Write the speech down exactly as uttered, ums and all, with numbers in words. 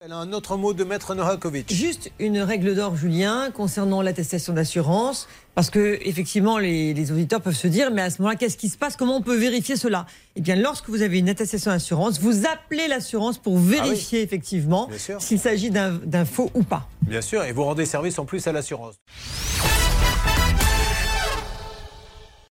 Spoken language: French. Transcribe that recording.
Elle a un autre mot de Maître Novakovic. Juste une règle d'or, Julien, concernant l'attestation d'assurance, parce que effectivement, les, les auditeurs peuvent se dire, mais à ce moment-là, qu'est-ce qui se passe? Comment on peut vérifier cela? Eh bien, lorsque vous avez une attestation d'assurance, vous appelez l'assurance pour vérifier ah oui. effectivement s'il s'agit d'un faux ou pas. Bien sûr, et vous rendez service en plus à l'assurance.